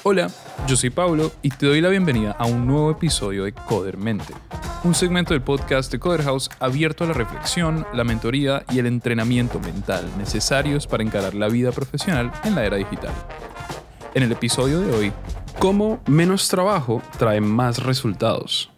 Hola, yo soy Pablo y te doy la bienvenida a un nuevo episodio de Codermente, un segmento del podcast de Coder House abierto a la reflexión, la mentoría y el entrenamiento mental necesarios para encarar la vida profesional en la era digital. En el episodio de hoy, ¿cómo menos trabajo trae más resultados?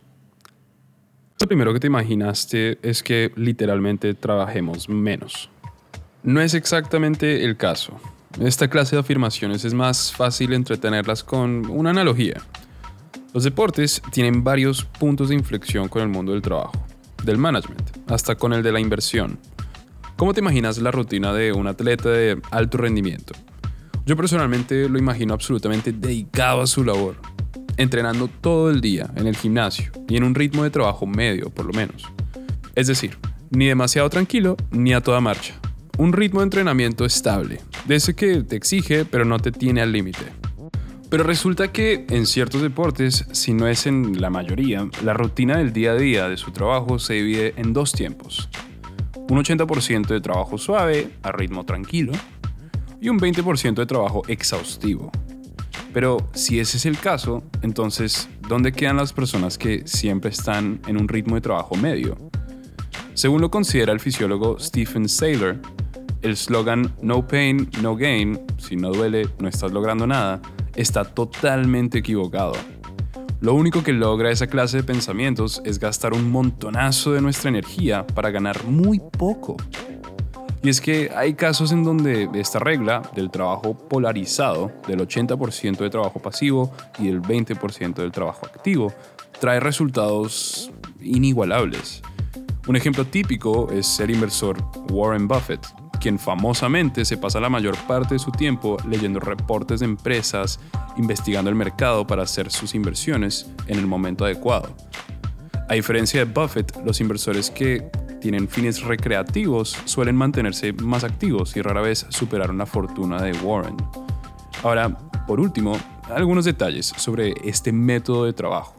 Lo primero que te imaginaste es que literalmente trabajemos menos. No es exactamente el caso. Esta clase de afirmaciones es más fácil entretenerlas con una analogía. Los deportes tienen varios puntos de inflexión con el mundo del trabajo, del management, hasta con el de la inversión. ¿Cómo te imaginas la rutina de un atleta de alto rendimiento? Yo personalmente lo imagino absolutamente dedicado a su labor, entrenando todo el día en el gimnasio y en un ritmo de trabajo medio, por lo menos. Es decir, ni demasiado tranquilo ni a toda marcha. Un ritmo de entrenamiento estable, de ese que te exige pero no te tiene al límite. Pero resulta que en ciertos deportes, si no es en la mayoría, la rutina del día a día de su trabajo se divide en dos tiempos. Un 80% de trabajo suave, a ritmo tranquilo, y un 20% de trabajo exhaustivo. Pero si ese es el caso, entonces, ¿dónde quedan las personas que siempre están en un ritmo de trabajo medio? Según lo considera el fisiólogo Stephen Seiler, el slogan "No pain, no gain", si no duele, no estás logrando nada, está totalmente equivocado. Lo único que logra esa clase de pensamientos es gastar un montonazo de nuestra energía para ganar muy poco. Y es que hay casos en donde esta regla del trabajo polarizado, del 80% de trabajo pasivo y del 20% del trabajo activo, trae resultados inigualables. Un ejemplo típico es el inversor Warren Buffett, quien famosamente se pasa la mayor parte de su tiempo leyendo reportes de empresas, investigando el mercado para hacer sus inversiones en el momento adecuado. A diferencia de Buffett, los inversores que tienen fines recreativos suelen mantenerse más activos y rara vez superar una fortuna de Warren. Ahora, por último, algunos detalles sobre este método de trabajo.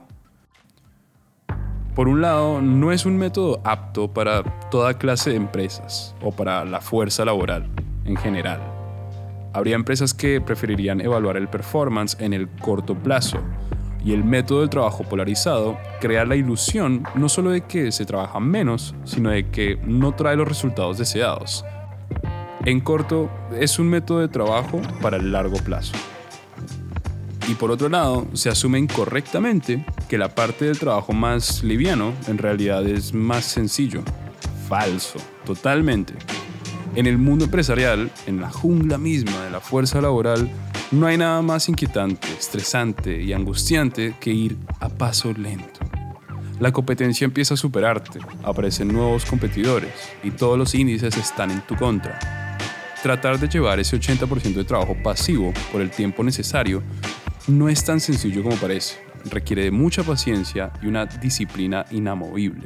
Por un lado, no es un método apto para toda clase de empresas o para la fuerza laboral en general. Habría empresas que preferirían evaluar el performance en el corto plazo, y el método del trabajo polarizado crea la ilusión no solo de que se trabaja menos, sino de que no trae los resultados deseados. En corto, es un método de trabajo para el largo plazo. Y por otro lado, se asume incorrectamente que la parte del trabajo más liviano en realidad es más sencillo. Falso, totalmente. En el mundo empresarial, en la jungla misma de la fuerza laboral, no hay nada más inquietante, estresante y angustiante que ir a paso lento. La competencia empieza a superarte, aparecen nuevos competidores y todos los índices están en tu contra. Tratar de llevar ese 80% de trabajo pasivo por el tiempo necesario no es tan sencillo como parece. Requiere de mucha paciencia y una disciplina inamovible.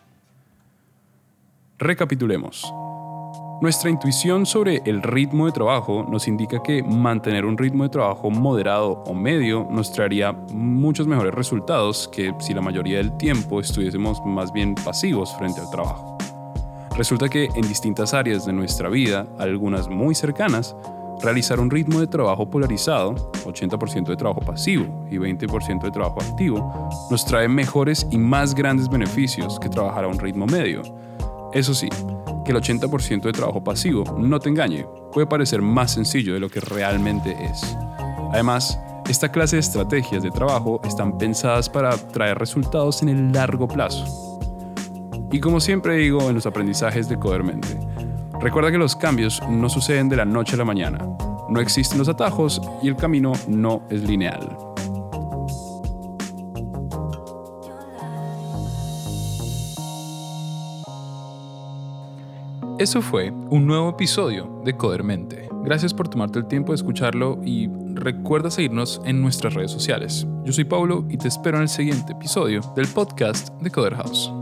Recapitulemos. Nuestra intuición sobre el ritmo de trabajo nos indica que mantener un ritmo de trabajo moderado o medio nos traería muchos mejores resultados que si la mayoría del tiempo estuviésemos más bien pasivos frente al trabajo. Resulta que en distintas áreas de nuestra vida, algunas muy cercanas, realizar un ritmo de trabajo polarizado, 80% de trabajo pasivo y 20% de trabajo activo, nos trae mejores y más grandes beneficios que trabajar a un ritmo medio. Eso sí, que el 80% de trabajo pasivo, no te engañe, puede parecer más sencillo de lo que realmente es. Además, esta clase de estrategias de trabajo están pensadas para traer resultados en el largo plazo. Y como siempre digo en los aprendizajes de Codermente, recuerda que los cambios no suceden de la noche a la mañana. No existen los atajos y el camino no es lineal. Eso fue un nuevo episodio de Codermente. Gracias por tomarte el tiempo de escucharlo y recuerda seguirnos en nuestras redes sociales. Yo soy Pablo y te espero en el siguiente episodio del podcast de Coder House.